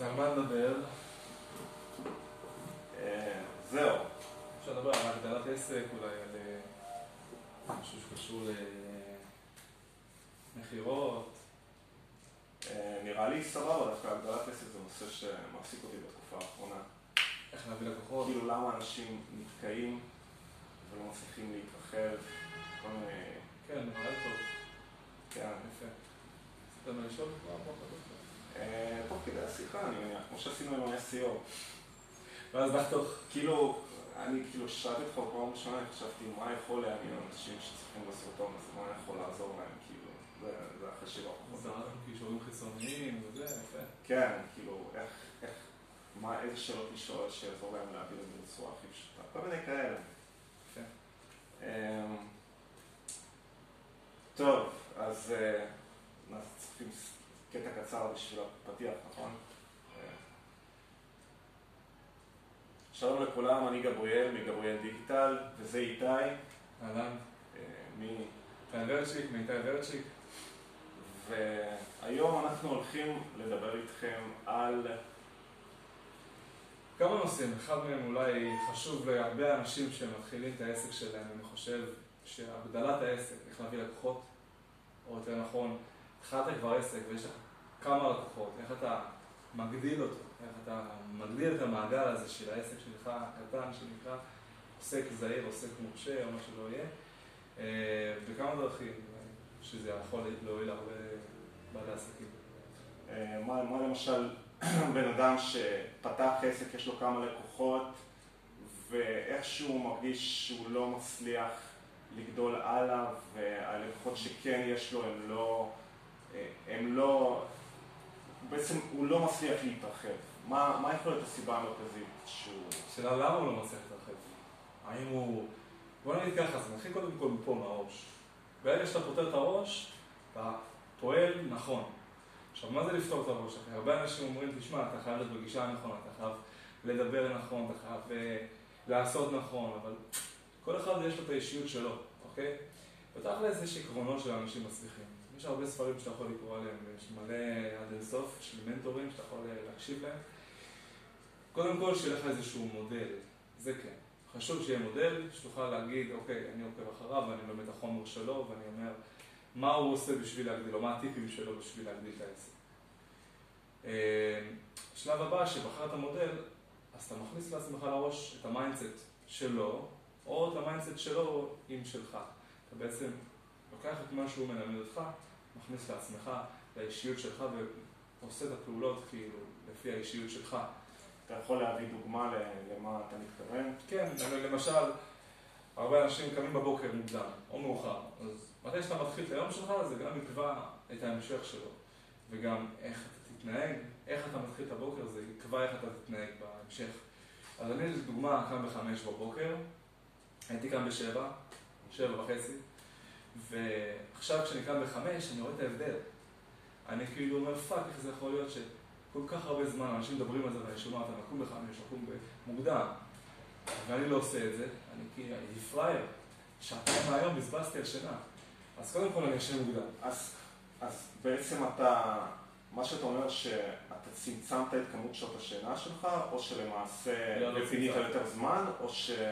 על מה נדבר? זהו. אפשר לדבר על הגדלת עסק, אולי על משהו שקשור למחירות. נראה לי סבבה, דווקא הגדלת עסק זה נושא שמעסיק אותי בתקופה האחרונה. איך להביא לקוחות? כאילו למה אנשים נתקעים ולא מצליחים להתרחב, כל מיני... כן, נראה לי טוב. כן. יפה. אתה מה לשאול? תוך כדי השיחה, אני מניח, כמו שעשינו עם ה-SEO. ואז נחתוך. כאילו, אני שאלתי אותך בפעם ראשונה, אני חשבתי מה יכול לעניין אנשים שצריכים בסרטון הזה, מה יכול לעזור להם, כאילו, זה החשיבה. זה רק קישורים חיצוניים וזה, יפה. כן, כאילו, איזה שאלות לשאול שיעזור להם להבין את זה בצורה הכי פשוטה, כל מיני כאלה. יפה. טוב, אז צריכים קטע קצר בשביל הפתיח, נכון? שלום לכולם, אני גבריאל מגבריאל דיגיטל, וזה איתי. אהלן. מאיתי ורצ'יק, מאיתי ורצ'יק. והיום אנחנו הולכים לדבר איתכם על... כמה נושאים, אחד מהם אולי חשוב להרבה אנשים שמתחילים את העסק שלהם, אני חושב שהגדלת העסק, איך להביא לקוחות, או יותר נכון, התחלת כבר עסק ויש לך כמה לקוחות, איך אתה מגדיל אותו, איך אתה מגדיל את המעגל הזה של העסק שלך, הקטן שנקרא עוסק זעיר, עוסק מורשה או מה שלא יהיה, בכמה דרכים שזה יכול להועיל הרבה בעלי עסקים. מה למשל בן אדם שפתח עסק, יש לו כמה לקוחות ואיכשהו מרגיש שהוא לא מצליח לגדול הלאה, והלקוחות שכן יש לו בעצם הוא לא מצליח להתרחב. מה יכול להיות הסיבה המרכזית שהוא... שאלה למה הוא לא מצליח להתרחב? האם הוא... בוא נגיד ככה, אז נתחיל קודם כל מפה מהראש. ברגע שאתה פותר את הראש, אתה פועל נכון. עכשיו, מה זה לפתור את הראש? הרבה אנשים אומרים, תשמע, אתה חייב להיות בגישה נכונה, אתה חייב לדבר נכון, אתה חייב לעשות נכון, אבל כל אחד יש לו את האישיות שלו, אוקיי? בתכל'ס יש עקרונות של אנשים מצליחים. יש הרבה ספרים שאתה יכול לקרוא עליהם, יש מלא עד אינסוף של מנטורים שאתה יכול להקשיב להם. קודם כל, שיהיה לך איזשהו מודל, זה כן. חשוב שיהיה מודל, שתוכל להגיד, אוקיי, אני עוקב אחריו ואני לומד את החומר שלו ואני אומר מה הוא עושה בשביל להגדיל, או מה הטיפים שלו בשביל להגדיל את העסק. שלב הבא, שבחרת מודל, אז אתה מכניס לעצמך לראש את המיינדסט שלו, או את המיינדסט שלו עם שלך. אתה בעצם לוקח את מה שהוא מלמד אותך, מכניס לעצמך, לאישיות שלך, ועושה את הפעולות כאילו לפי האישיות שלך. אתה יכול להביא דוגמה למה אתה מתכוון? כן, למשל, הרבה אנשים קמים בבוקר מוקדם, או מאוחר. אז מתי שאתה מתחיל את היום שלך, זה גם יקבע את ההמשך שלו. וגם איך אתה תתנהג, איך אתה מתחיל את הבוקר, זה יקבע איך אתה תתנהג בהמשך. אז אני לדוגמה קם ב5 בבוקר, הייתי קם ב7, 7:30, ועכשיו כשאני קם ב5, אני רואה את ההבדל. אני כאילו אומר, פאק, איך זה יכול להיות שכל כך הרבה זמן אנשים מדברים על זה, ואני שומע אותם, לקום ב5, לקום במוקדם, ואני לא עושה את זה, אני כאילו, אני פרייר, שעתיים מהיום בזבזתי על שינה. אז קודם כל אני ישן מוקדם. אז בעצם מה שאתה אומר שאתה צמצמת את כמות שעות השינה שלך, או שלמעשה פינית יותר זמן, או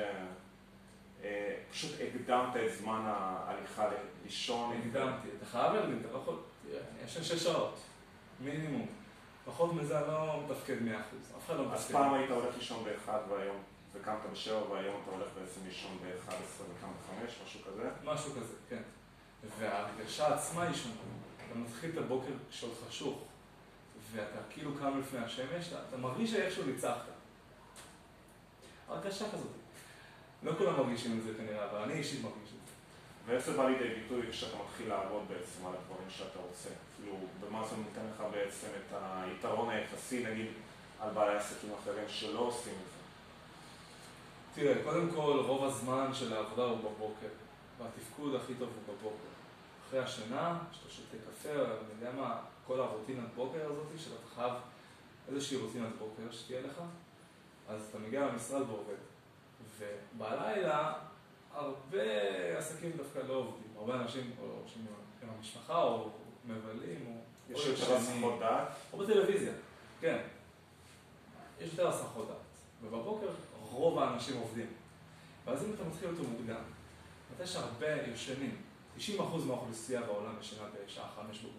שפשוט הקדמת את זמן ההליכה לישון? הקדמתי, אתה חייב להקדים, אתה לא יכול, אני ישן 6 שעות, מינימום. פחות מזה אני לא מתפקד 100%, אף אחד לא מתפקד. אז פעם היית הולך לישון ב-1 והיום, וקמת ב-7 והיום אתה הולך בעצם לישון ב-11 וקם ב-5, משהו כזה? משהו כזה, כן. וההרגשה עצמה היא שונה. אתה מתחיל את הבוקר כשעוד חשוך, ואתה כאילו קם לפני השמש, אתה מרגיש שאיכשהו ניצחת. הרגשה כזאת. לא כולם מרגישים את זה כנראה, אבל אני אישית מרגיש את זה. ואיך זה בא לידי ביטוי כשאתה מתחיל לעבוד בעצם על הדברים שאתה רוצה? כאילו, במה זה נותן לך בעצם את היתרון היחסי, נגיד, על בעלי עסקים אחרים שלא עושים את זה? תראה, קודם כל, רוב הזמן של העבודה הוא בבוקר, והתפקוד הכי טוב הוא בבוקר. אחרי השינה, שאתה שותה קפה, אני יודע מה, כל הרוטינת בוקר הזאת, שאתה חייב איזושהי רוטינת בוקר שתהיה לך, אז אתה מגיע למשרד ועובד. ובלילה, הרבה עסקים דווקא לא עובדים. הרבה אנשים או שהם עם המשפחה, או מבלים, או... יש יותר הסחות דעת? או בטלוויזיה, כן. יש יותר הסחות דעת, ובבוקר רוב האנשים עובדים. ואז אם אתה מתחיל אותו מוקדם, מתי שהרבה ישנים, 90% מהאוכלוסייה בעולם ישנה בשעה 5 בבוקר.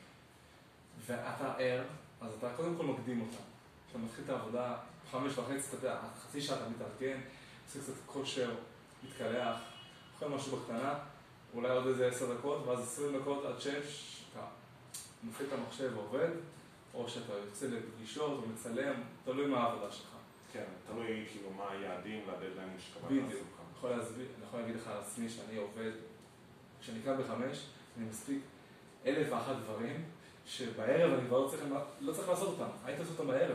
ואתה ער, אז אתה קודם כל מקדים אותה. כשאתה מתחיל את העבודה 5:30, אתה יודע, חצי שעה אתה מתארגן, עושה קצת כושר, מתקלח, אוכל משהו בקטנה, אולי עוד איזה 10 דקות, ואז 20 דקות עד 6, אתה מפעיל את המחשב ועובד, או שאתה יוצא לפגישות או מצלם, תלוי מה העבודה שלך. כן, תלוי כאילו מה היעדים והדדליינים שקבעת בדיוק. לעצמך. אני יכול להגיד לך על עצמי שאני עובד, כשאני קם ב-5, אני מספיק 1,001 דברים, שבערב אני כבר לא צריך לעשות אותם, הייתי לעשות אותם בערב.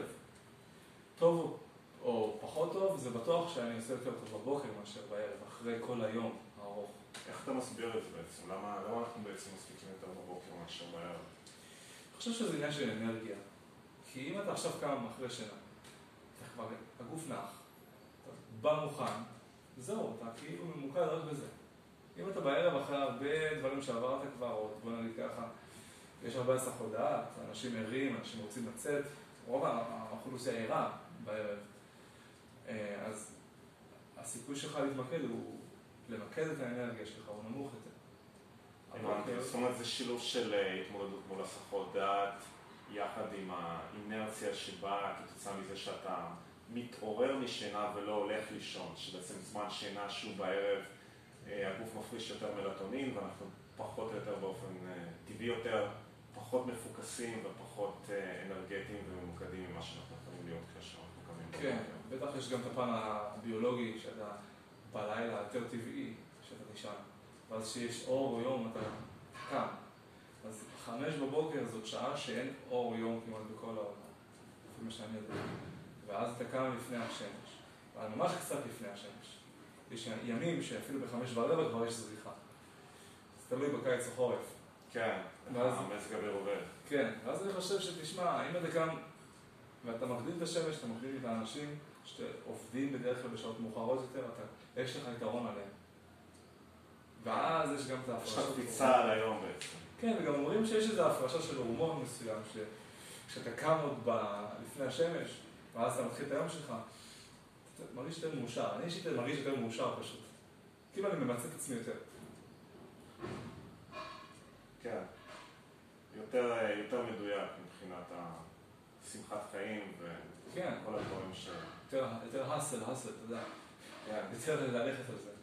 טוב או פחות טוב, זה בטוח שאני עושה יותר טוב בבוקר מאשר בערב, אחרי כל היום הארוך. איך אתה מסביר את זה בעצם? למה אנחנו בעצם מספיקים יותר בבוקר מאשר בערב? אני חושב שזה עניין של אנרגיה. כי אם אתה עכשיו קם אחרי שינה, אתה כבר, הגוף נח, אתה בא מוכן, זהו, אתה כאילו ממוקד רק בזה. אם אתה בערב אחרי הרבה דברים שעברת כבר, או בוא נגיד ככה, יש הרבה הסחות דעת, אנשים ערים, אנשים רוצים לצאת, רוב האוכלוסייה ערה בערב. אז הסיכוי שלך להתמקד הוא למקד את האנרגיה שלך, הוא נמוך יותר. זאת אומרת, זה שילוב של התמודדות מול הסחות דעת, יחד עם האינרציה שבאה כתוצאה מזה שאתה מתעורר משינה ולא הולך לישון, שבעצם זמן שינה שהוא בערב, הגוף מפריש יותר מלטונין, ואנחנו פחות או יותר באופן טבעי יותר, פחות מפוקסים ופחות אנרגטיים וממוקדים ממה שאנחנו יכולים להיות כשאנחנו קמים. כן, בטח יש גם את הפן הביולוגי, שאתה בלילה יותר טבעי, שאתה נשען. ואז שיש אור או יום, אתה קם. אז 5 בבוקר זאת שעה שאין אור או יום כמעט בכל העולם. לפי מה שאני יודע. ואז אתה קם לפני השמש. אבל ממש קצת לפני השמש. יש ימים שאפילו ב5:15 כבר יש זריחה. אז תלוי בקיץ או חורף. כן, המזג האוויר עובד. כן, ואז אני חושב שתשמע, אם אתה קם ואתה מקדים את השמש, אתה מקדים את האנשים שעובדים בדרך כלל בשעות מאוחרות יותר, יש לך יתרון עליהם. ואז יש גם את ההפרשה. יש לך פיצה על היום בעצם. כן, וגם אומרים שיש איזו הפרשה של הורמון מסוים, שכשאתה קם עוד לפני השמש, ואז אתה מתחיל את היום שלך, אתה מרגיש יותר מאושר. אני אישית מרגיש יותר מאושר פשוט. כאילו אני ממצא את עצמי יותר. כן. יותר מדויק מבחינת שמחת חיים וכל הדברים ש... יותר הסל, אתה יודע. יותר ללכת על זה.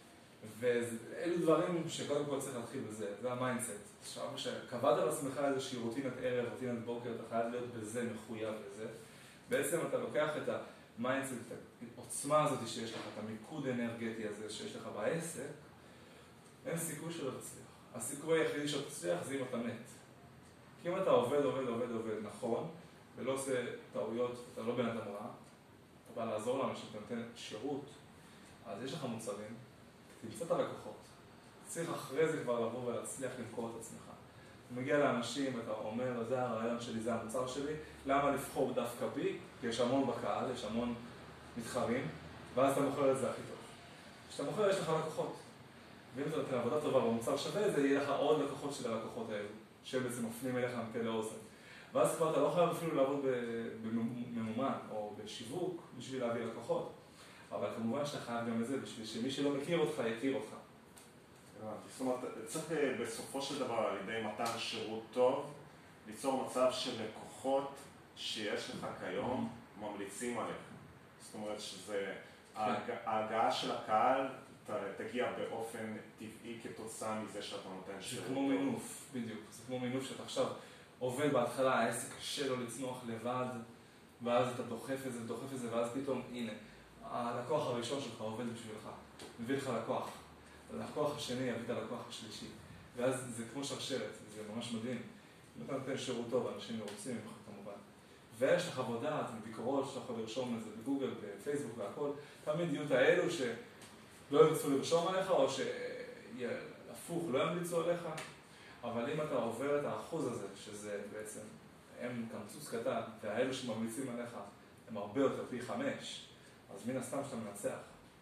ואלו דברים שקודם כל צריך להתחיל בזה, זה המיינדסט. עכשיו, כשקבעת על עצמך איזושהי רוטינת ערב, רוטינת בוקר, אתה חייב להיות בזה, מחויב לזה. בעצם אתה לוקח את המיינדסט, את העוצמה הזאת שיש לך, את המיקוד האנרגטי הזה שיש לך בעסק, אין סיכוי שלא תצליח. הסיכוי היחידי שאתה תצליח זה אם אתה מת. כי אם אתה עובד נכון, ולא עושה טעויות, אתה לא בן אדם רע, אתה בא לעזור לאנשים, אתה נותן שירות, אז יש לך מוצרים, תמצא את הלקוחות. צריך אחרי זה כבר לבוא ולהצליח למכור את עצמך. אתה מגיע לאנשים ואתה אומר, זה הרעיון שלי, זה המוצר שלי, למה לבחור דווקא בי? כי יש המון בקהל, יש המון מתחרים, ואז אתה מוכר את זה הכי טוב. כשאתה מוכר יש לך לקוחות. ואם אתה נותן עבודה טובה במוצר שווה, זה יהיה לך עוד לקוחות של הלקוחות האלו, שהם בעצם מפנים אליך מפה לאוזן. ואז כבר אתה לא חייב אפילו לעבוד בממומן או בשיווק בשביל להביא לקוחות. אבל כמובן שאתה חייב גם לזה, בשביל שמי שלא מכיר אותך, יכיר אותך. זאת אומרת, צריך בסופו של דבר, על ידי מתן שירות טוב, ליצור מצב של לקוחות שיש לך כיום ממליצים עליך. זאת אומרת שזה, ההגעה של הקהל תגיע באופן טבעי כתוצאה מזה שאתה נותן שירות טוב. זה כמו מינוף, בדיוק. זה כמו מינוף שאתה עכשיו עובד בהתחלה, העסק קשה לו לצנוח לבד, ואז אתה דוחף את זה, ואז פתאום, הנה, הלקוח הראשון שלך עובד בשבילך, מביא לך לקוח. הלקוח השני יביא את הלקוח השלישי. ואז זה כמו שרשרת, זה ממש מדהים. אם אתה נותן שירות טוב, אנשים מרוצים ממך כמובן. ויש לך חוות דעת וביקורות שאתה יכול לרשום את זה בגוגל, בפייסבוק והכל. תמיד יהיו את האלו שלא ירצו לרשום עליך, או שהפוך, לא ימליצו עליך. אבל אם אתה עובר את האחוז הזה, שזה בעצם, הם קמצוץ קטן, והאלו שממליצים עליך הם הרבה יותר, פי 5, אז מן הסתם שאתה מנצח.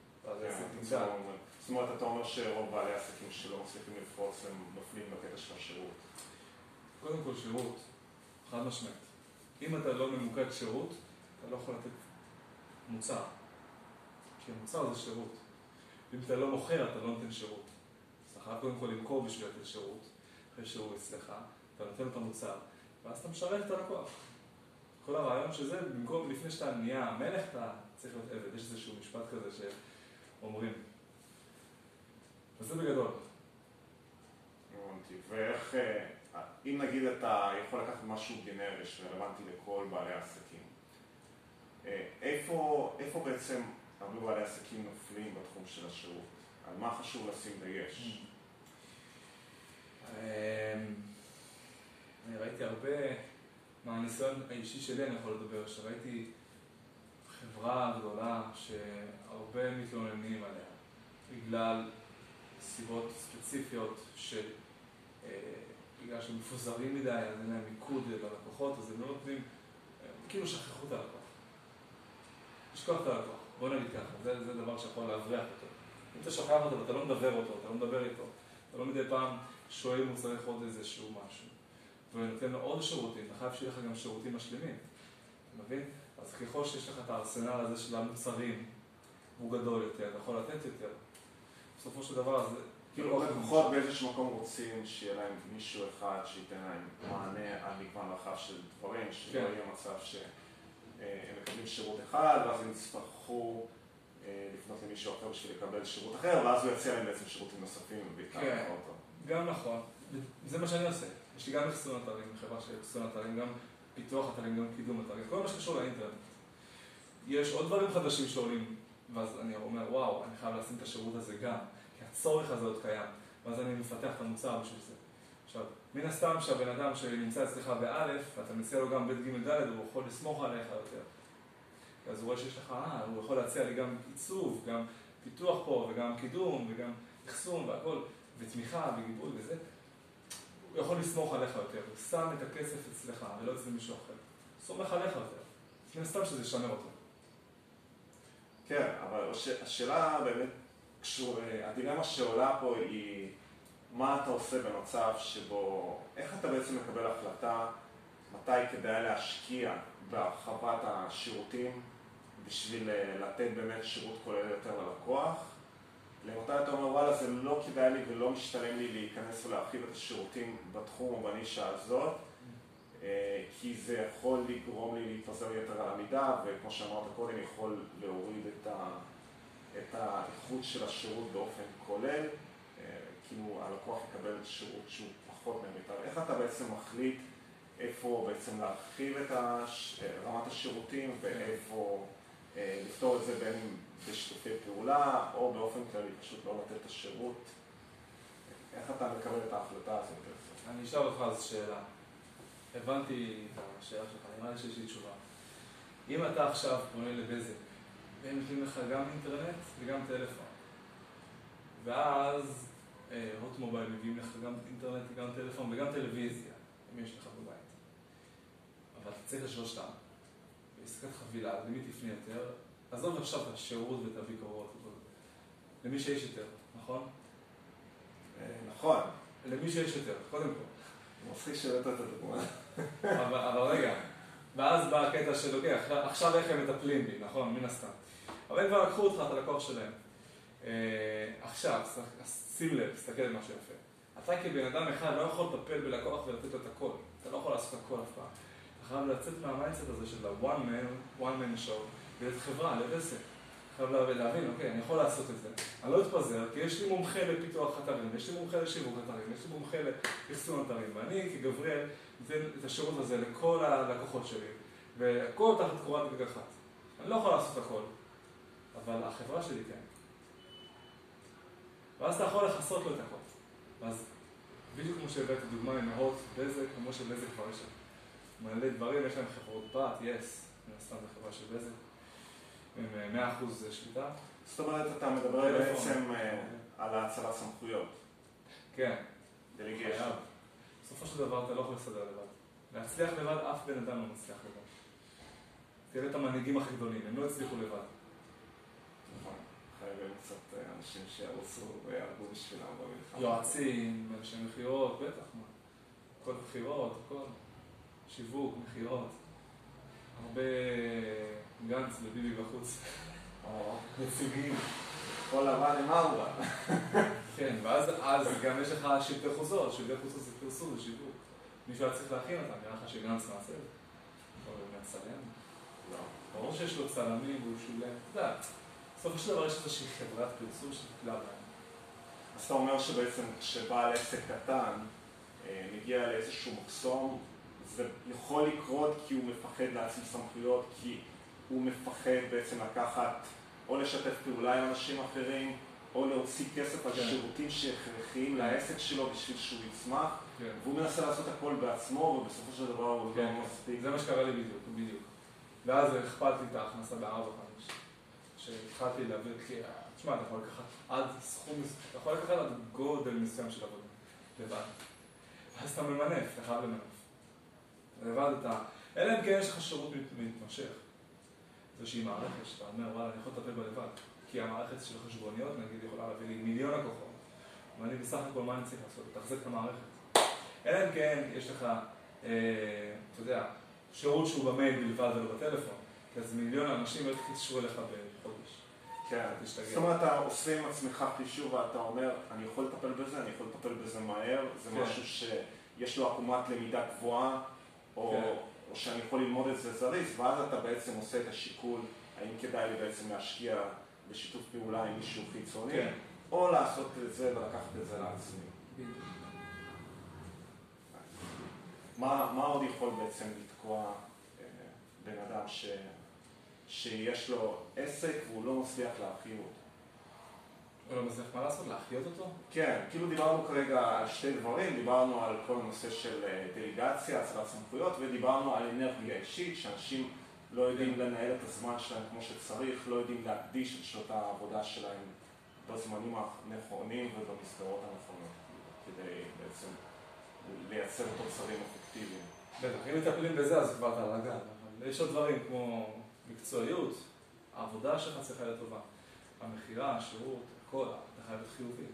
זאת אומרת, אתה אומר שרוב בעלי עסקים שלא מצליחים לפרוץ הם נופלים בקטע של השירות. קודם כל שירות, חד משמעית. אם אתה לא ממוקד שירות, אתה לא יכול לתת מוצר. כי המוצר זה שירות. ואם אתה לא מוכר, אתה לא נותן שירות. אז אתה חייב קודם כל למכור בשביל לתת שירות. אחרי שהוא אצלך, אתה נותן את המוצר, ואז אתה משרת את הלקוח. כל הרעיון שזה, במקום לפני שאתה נהיה המלך, אתה צריך להיות עבד. יש איזשהו משפט כזה שאומרים. וזה בגדול. הבנתי. ואיך, אם נגיד אתה יכול לקחת משהו גנרי שרלוונטי לכל בעלי העסקים, איפה בעצם הרבה בעלי עסקים נופלים בתחום של השירות? על מה חשוב לשים דגש? אני ראיתי הרבה, מהניסיון האישי שלי אני יכול לדבר, שראיתי חברה גדולה שהרבה מתלוננים עליה, בגלל סיבות ספציפיות בגלל שהם מפוזרים מדי, אז אין להם מיקוד ללקוחות, אז הם לא נותנים, כאילו שכחו את הלקוח. לשכוח את הלקוח, בוא נגיד ככה, זה דבר שיכול להבריח אותו. אם אתה שוכח אותו ואתה לא מדבר אותו, אתה לא מדבר איתו, אתה לא מדי פעם שואל אם הוא צריך עוד איזשהו משהו, ונותן לו עוד שירותים, אתה חייב שיהיה לך גם שירותים משלימים, אתה מבין? אז ככל שיש לך את הארסנל הזה של המוצרים, הוא גדול יותר, אתה יכול לתת יותר. בסופו של דבר, זה כאילו לקוחות באיזשהו מקום רוצים שיהיה להם מישהו אחד שייתן להם מענה על מגוון רחב של דברים, שלא יהיה מצב שהם מקבלים שירות אחד, ואז הם יצטרכו לפנות למישהו אחר בשביל לקבל שירות אחר, ואז הוא יציע להם בעצם שירותים נוספים ובעיקר לך אותו. גם נכון, זה מה שאני עושה. יש לי גם אחסון אתרים, חברה של אחסון אתרים, גם פיתוח אתרים, גם קידום אתרים, כל מה שקשור לאינטרנט. יש עוד דברים חדשים שעולים, ואז אני אומר, וואו, אני חייב לשים את השירות הזה גם, כי הצורך הזה עוד קיים, ואז אני מפתח את המוצר בשביל זה. עכשיו, מן הסתם שהבן אדם שנמצא אצלך באלף, ואתה מציע לו גם בית ג' ד', הוא יכול לסמוך עליך יותר. אז הוא רואה שיש לך, הוא יכול להציע לי גם עיצוב, גם פיתוח פה, וגם קידום, וגם אחסון והכל, ותמיכה וגיבוי וזה. הוא יכול לסמוך עליך יותר, הוא שם את הכסף אצלך, ולא אצל מישהו אחר. סומך עליך יותר. מן הסתם שזה ישמר אותו. כן, אבל השאלה באמת, הדילמה שעולה פה היא מה אתה עושה במצב שבו, איך אתה בעצם מקבל החלטה מתי כדאי להשקיע בהרחבת השירותים בשביל לתת באמת שירות כולל יותר ללקוח, למתי אתה אומר וואלה זה לא כדאי לי ולא משתלם לי להיכנס ולהרחיב את השירותים בתחום או בנישה הזאת, כי זה יכול לגרום לי להתפזר יותר על המידה, וכמו שאמרת קודם, יכול להוריד את האיכות של השירות באופן כולל, כאילו הלקוח יקבל שירות שהוא פחות מהמיטב. איך אתה בעצם מחליט איפה בעצם להרחיב את רמת השירותים ואיפה לפתור את זה בין בשיתופי פעולה או באופן כללי פשוט לא לתת את השירות? איך אתה מקבל את ההחלטה הזאת? אני אשאל אותך אז שאלה. הבנתי את השאלה שלך, נראה לי שיש לי תשובה. אם אתה עכשיו פונה לבזק, והם נותנים לך גם אינטרנט וגם טלפון, ואז הוט מובייל מביאים לך גם אינטרנט וגם טלפון וגם טלוויזיה, אם יש לך בבית. אבל אתה צריך לשלושתם, בעסקת חבילה, למי תפנה יותר, עזוב עכשיו את השירות ואת הביקורות, למי שיש יותר, נכון? נכון. למי שיש יותר, קודם כל. מצחיק שהבאת את הדוגמה. אבל רגע, ואז בא הקטע של אוקיי, עכשיו איך הם מטפלים בי, נכון, מן הסתם. אבל הם כבר לקחו אותך, את הלקוח שלהם. עכשיו, שים לב, תסתכל על משהו יפה. אתה כבן אדם אחד לא יכול לטפל בלקוח ולתת לו את הכל. אתה לא יכול לעשות הכל אף פעם. אתה חייב לצאת מהמיינסט הזה של ה-one man show, ולת חברה, לבסק. חייב להבין, אוקיי, אני יכול לעשות את זה. אני לא אתפזר, כי יש לי מומחה לפיתוח אתרים, יש לי מומחה לשיווק אתרים, יש לי מומחה לאחסון אתרים, ואני כגבריאל נותן את השירות הזה לכל הלקוחות שלי, והכל תחת קורת גג אחת. אני לא יכול לעשות הכל, אבל החברה שלי כן. ואז אתה יכול לחסות לו את הכל. אז בדיוק כמו שהבאתי דוגמה עם הוט, בזק, כמו שבזק כבר יש מלא דברים, יש להם חברות בת, יס, סתם בחברה של בזק. עם 100% שליטה. זאת אומרת, אתה מדבר בעצם על ההצלת סמכויות. כן. דליגיישן. בסופו של דבר אתה לא יכול לסדר לבד. להצליח לבד, אף בן אדם לא מצליח לבד. תראה את המנהיגים הכי גדולים, הם לא הצליחו לבד. נכון. חייבים קצת אנשים שירוצו ויעבדו בשבילם במלחמה. יועצים, אנשי מכירות, בטח מה. כל מכירות, הכל. שיווק, מכירות. הרבה גנץ וביבי בחוץ. או נציגים. כל לבן עם ארבע. כן, ואז גם יש לך שלטי חוזות, שלטי חוזות זה פרסום, זה שיווק. מישהו היה צריך להכין אותם, נראה לך שגנץ מעשה. או מצלם. לא. ברור שיש לו צלמים והוא שולם. אתה יודע, בסופו של דבר יש איזושהי חברת פרסום שתקלה בהם. אז אתה אומר שבעצם כשבעל עסק קטן מגיע לאיזשהו מחסום, זה יכול לקרות כי הוא מפחד להציל סמכויות, כי הוא מפחד בעצם לקחת או לשתף פעולה עם אנשים אחרים, או להוציא כסף על שירותים שהכרחיים לעסק שלו בשביל שהוא יצמח, והוא מנסה לעשות הכל בעצמו, ובסופו של דבר הוא לא מספיק. זה מה שקרה לי בדיוק. ואז הכפלתי את ההכנסה ב4-5, שהתחלתי להביא, כי, תשמע, אתה יכול לקחת עד סכום, אתה יכול לקחת עד גודל מסוים של עבודה, לבד. ואז אתה ממנף, אתה חייב למנף. לבד אתה, אלא אם כן יש לך שירות מתמשך. איזושהי מערכת שאתה אומר, וואלה, אני יכול לטפל בה לבד. כי המערכת של החשבוניות, נגיד, יכולה להביא לי 1,000,000 לקוחות. ואני בסך הכל מה אני צריך לעשות? תחזק את המערכת. אלא אם כן, יש לך, אתה יודע, שירות שהוא במייל בלבד ולא בטלפון. אז 1,000,000 אנשים לא יתקשרו אליך בחודש. כן, זאת אומרת, אתה עושה עם עצמך חישוב ואתה אומר, אני יכול לטפל בזה, אני יכול לטפל בזה מהר, זה משהו שיש לו עקומת למידה גבוהה, או שאני יכול ללמוד את זה זריז, ואז אתה בעצם עושה את השיקול, האם כדאי לי בעצם להשקיע בשיתוף פעולה עם מישהו חיצוני, או לעשות את זה ולקחת את זה לעצמי. מה עוד יכול בעצם לתקוע בן אדם שיש לו עסק והוא לא מצליח להחיות אותו? הוא לא מצליח מה לעשות? להחיות אותו? כן, כאילו דיברנו כרגע על שתי דברים, דיברנו על כל הנושא של דליגציה, הצלת סמכויות, ודיברנו על אנרגיה אישית, שאנשים לא יודעים לנהל את הזמן שלהם כמו שצריך, לא יודעים להקדיש את שעות העבודה שלהם בזמנים הנכונים ובמסגרות הנכונות, כדי בעצם לייצר תוצרים אפקטיביים. בטח, אם מטפלים בזה אז כבר אתה לגן, אבל יש עוד דברים כמו מקצועיות, העבודה שלך צריכה להיות טובה, המחירה, השירות, הכל, אתה חייב להיות חיובי.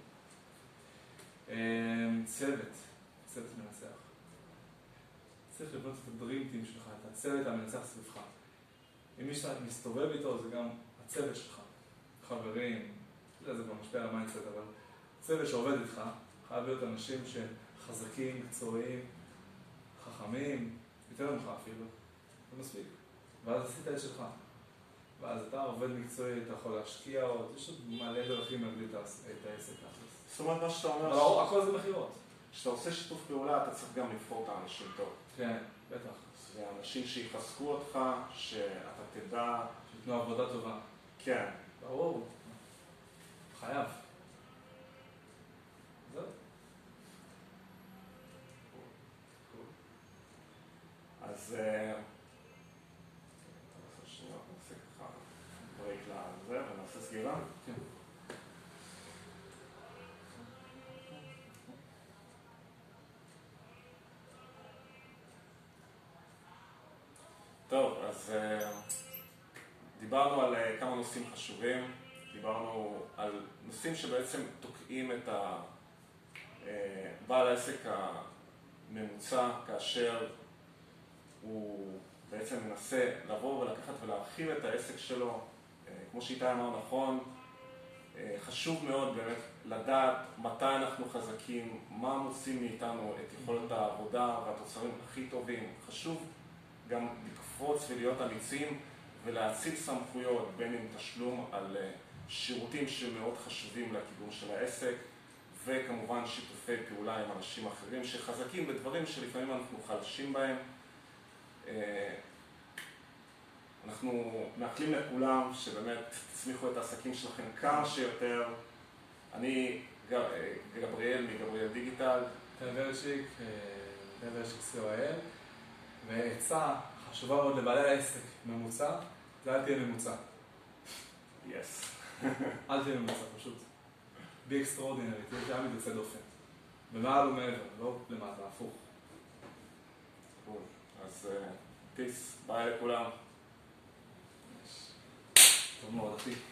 צוות מנצח. צריך לבנות את הדרימטים שלך, את הצוות המנצח סביבך. אם מי שאתה מסתובב איתו זה גם הצוות שלך, חברים, זה כבר משפיע על המיינדסט, אבל צוות שעובד איתך, חייב להיות אנשים שחזקים, מקצועיים, חכמים, יותר ממך אפילו, זה מספיק. ואז עשית את שלך. ואז אתה עובד מקצועי, אתה יכול להשקיע עוד, יש עוד מלא דרכים להגדיל את העסק. זאת אומרת, מה שאתה אומר... אבל הכל זה מכירות. כשאתה עושה שיתוף פעולה, אתה צריך גם לבחור את האנשים טוב. כן, בטח. זה אנשים שיחזקו אותך, שאתה תדע... שיתנו עבודה טובה. כן. ברור. חייב. זהו. אז... נעשה ככה ברייק לזה ונעשה סגירה. כן. טוב, אז דיברנו על כמה נושאים חשובים, דיברנו על נושאים שבעצם תוקעים את בעל העסק הממוצע כאשר הוא בעצם מנסה לבוא ולקחת ולהרחיב את העסק שלו. כמו שאיתי אמר נכון, חשוב מאוד באמת לדעת מתי אנחנו חזקים, מה מוצאים מאיתנו את יכולת העבודה והתוצרים הכי טובים. חשוב גם לקפוץ ולהיות אמיצים ולהציל סמכויות בין אם תשלום על שירותים שמאוד חשובים לכיוון של העסק, וכמובן שיתופי פעולה עם אנשים אחרים שחזקים בדברים שלפעמים אנחנו חלשים בהם. אנחנו מאחלים לכולם שבאמת תצמיחו את העסקים שלכם כמה שיותר. אני גבריאל מגבריאל דיגיטל. ורשיק COIL, ועצה חשובה מאוד לבעלי העסק ממוצע, זה אל תהיה ממוצע. Yes. אל תהיה ממוצע, פשוט. be extraordinary, תהיה תמיד יוצא דופן. ומעל ומעבר, לא למטה, הפוך. אז פיס, ביי לכולם. טוב מאוד, אחי.